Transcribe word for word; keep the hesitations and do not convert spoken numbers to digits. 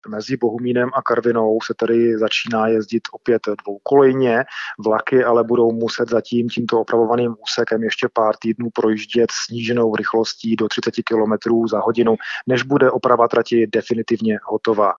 Mezi Bohumínem a Karvinou se tady začíná jezdit opět dvoukolejně, vlaky ale budou muset zatím tímto opravovaným úsekem ještě pár týdnů projíždět sníženou rychlostí do třicet kilometrů za hodinu, než bude oprava trati definitivně hotová.